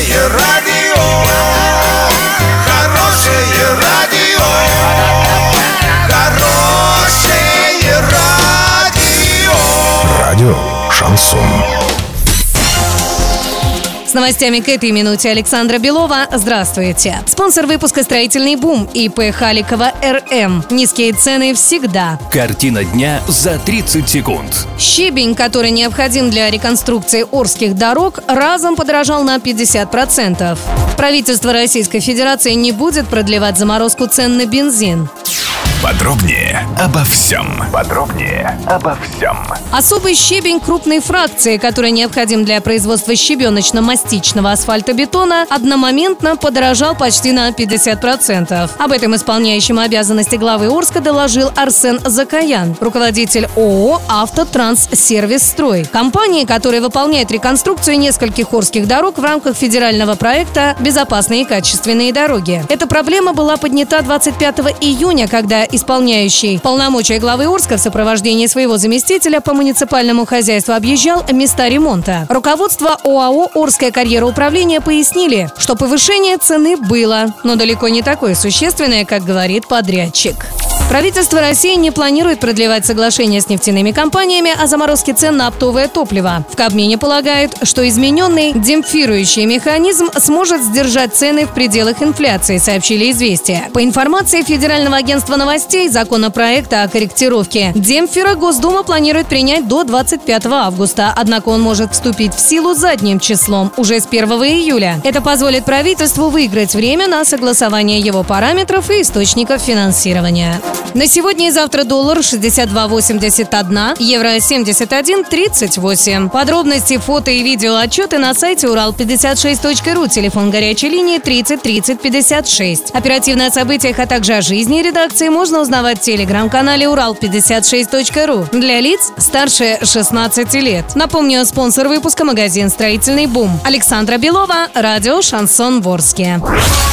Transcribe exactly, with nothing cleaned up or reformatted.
Хорошее радио, хорошее радио, хорошее радио. Радио Шансон. С новостями к этой минуте Александра Белова. Здравствуйте. Спонсор выпуска «Строительный бум» ИП Халикова РМ. Низкие цены всегда. Картина дня за тридцать секунд. Щебень, который необходим для реконструкции Орских дорог, разом подорожал на пятьдесят процентов. Правительство Российской Федерации не будет продлевать заморозку цен на бензин. Подробнее обо всем. Подробнее обо всем. Особый щебень крупной фракции, который необходим для производства щебеночно-мастичного асфальтобетона, одномоментно подорожал почти на пятьдесят процентов. Об этом исполняющему обязанности главы Орска доложил Арсен Закаян, руководитель ООО «Автотранссервисстрой», компании, которая выполняет реконструкцию нескольких орских дорог в рамках федерального проекта «Безопасные и качественные дороги». Эта проблема была поднята двадцать пятого июня, когда исполняющий полномочия главы Орска в сопровождении своего заместителя по муниципальному хозяйству объезжал места ремонта. Руководство ОАО «Орское карьероуправление» пояснили, что повышение цены было, но далеко не такое существенное, как говорит подрядчик. Правительство России не планирует продлевать соглашение с нефтяными компаниями о заморозке цен на оптовое топливо. В Кабмине полагают, что измененный демпфирующий механизм сможет сдержать цены в пределах инфляции, сообщили «Известия». По информации Федерального агентства новостей, законопроекта о корректировке демпфера Госдума планирует принять до двадцать пятого августа, однако он может вступить в силу задним числом, уже с первого июля. Это позволит правительству выиграть время на согласование его параметров и источников финансирования. На сегодня и завтра доллар шестьдесят два восемьдесят один, евро семьдесят один тридцать восемь. Подробности, фото и видео отчеты на сайте урал пятьдесят шесть точка ру, телефон горячей линии тридцать тридцать пятьдесят шесть. Оперативно о событиях, а также о жизни редакции можно узнавать в телеграм-канале урал пятьдесят шесть точка ру для лиц старше шестнадцати лет. Напомню, спонсор выпуска — магазин «Строительный бум». Александра Белова, радио «Шансон Ворске».